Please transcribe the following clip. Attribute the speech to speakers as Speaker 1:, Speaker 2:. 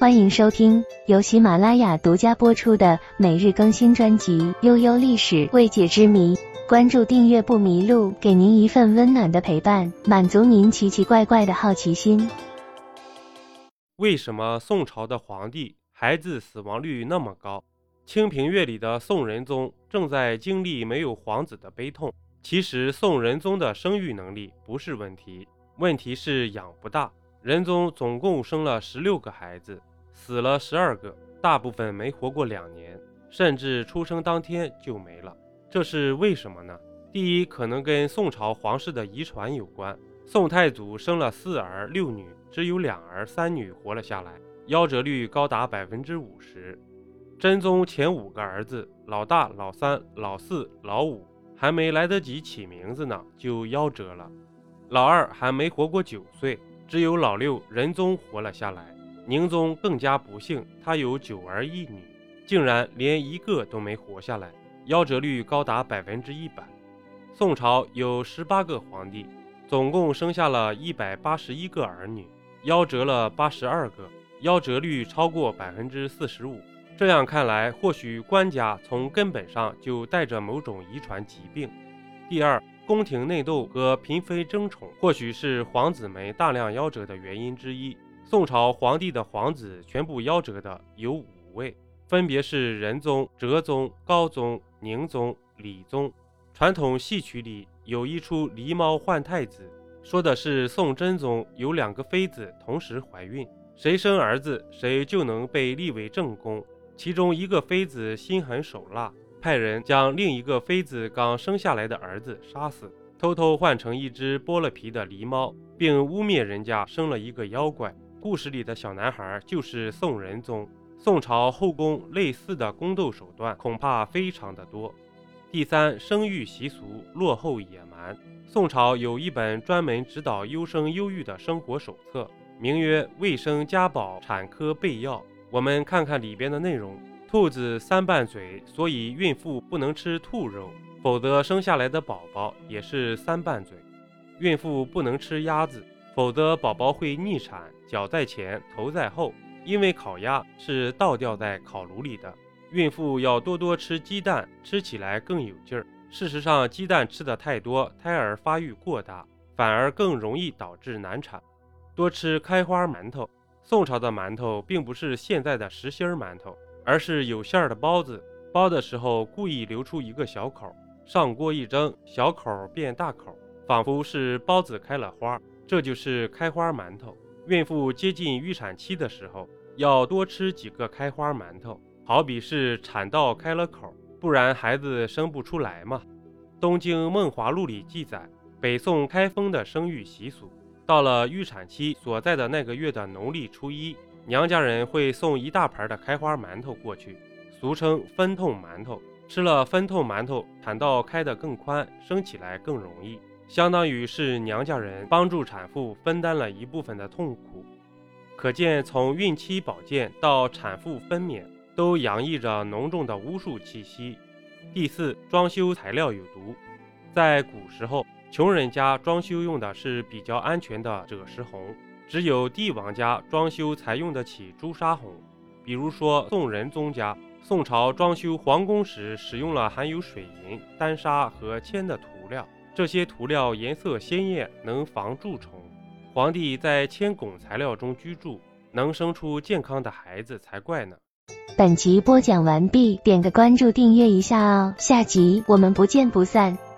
Speaker 1: 欢迎收听由喜马拉雅独家播出的每日更新专辑《悠悠历史未解之谜》，关注订阅不迷路，给您一份温暖的陪伴，满足您奇奇怪怪的好奇心。
Speaker 2: 为什么宋朝的皇帝孩子死亡率那么高？清平乐里的宋仁宗正在经历没有皇子的悲痛。其实宋仁宗的生育能力不是问题，问题是养不大。仁宗总共生了16个孩子，死了12个，大部分没活过2年，甚至出生当天就没了。这是为什么呢？第一，可能跟宋朝皇室的遗传有关。宋太祖生了4儿6女，只有2儿3女活了下来，夭折率高达50%。真宗前5个儿子，老大、老三、老四、老五还没来得及起名字呢，就夭折了。老二还没活过9岁，只有老6仁宗活了下来。宁宗更加不幸，他有9儿1女，竟然连一个都没活下来，夭折率高达100%。宋朝有18个皇帝，总共生下了181个儿女，夭折了82个，夭折率超过45%。这样看来，或许官家从根本上就带着某种遗传疾病。第二，宫廷内斗和嫔妃争宠或许是皇子们大量夭折的原因之一。宋朝皇帝的皇子全部夭折的有5位，分别是仁宗、哲宗、高宗、宁宗、理宗。传统戏曲里有一出《狸猫换太子》，说的是宋真宗有2个妃子同时怀孕，谁生儿子谁就能被立为正宫。其中一个妃子心狠手辣，派人将另一个妃子刚生下来的儿子杀死，偷偷换成一只剥了皮的狸猫，并污蔑人家生了一个妖怪。故事里的小男孩就是宋仁宗。宋朝后宫类似的宫斗手段恐怕非常的多。第三，生育习俗落后野蛮。宋朝有一本专门指导优生优育的生活手册，名曰《卫生家宝产科备要》。我们看看里边的内容。兔子3瓣嘴，所以孕妇不能吃兔肉，否则生下来的宝宝也是3瓣嘴。孕妇不能吃鸭子，否则宝宝会逆产，脚在前头在后，因为烤鸭是倒吊在烤炉里的。孕妇要多多吃鸡蛋，吃起来更有劲儿。事实上，鸡蛋吃的太多，胎儿发育过大，反而更容易导致难产。多吃开花馒头。宋朝的馒头并不是现在的实心馒头，而是有馅儿的包子，包的时候故意留出一个小口，上锅一蒸，小口变大口，仿佛是包子开了花，这就是开花馒头。孕妇接近预产期的时候，要多吃几个开花馒头，好比是产道开了口，不然孩子生不出来嘛。东京梦华录里记载，北宋开封的生育习俗，到了预产期所在的那个月的农历初1，娘家人会送一大盘的开花馒头过去，俗称分痛馒头。吃了分痛馒头，产道开得更宽，生起来更容易，相当于是娘家人帮助产妇分担了一部分的痛苦。可见从孕期保健到产妇分娩，都洋溢着浓重的巫术气息。第四，装修材料有毒。在古时候，穷人家装修用的是比较安全的赭石红，只有帝王家装修才用得起朱砂红。比如说宋仁宗家，宋朝装修皇宫时使用了含有水银、丹砂和铅的涂料，这些涂料颜色鲜艳，能防蛀虫。皇帝在铅汞材料中居住，能生出健康的孩子才怪呢。
Speaker 1: 本集播讲完毕，点个关注订阅一下哦，下集我们不见不散。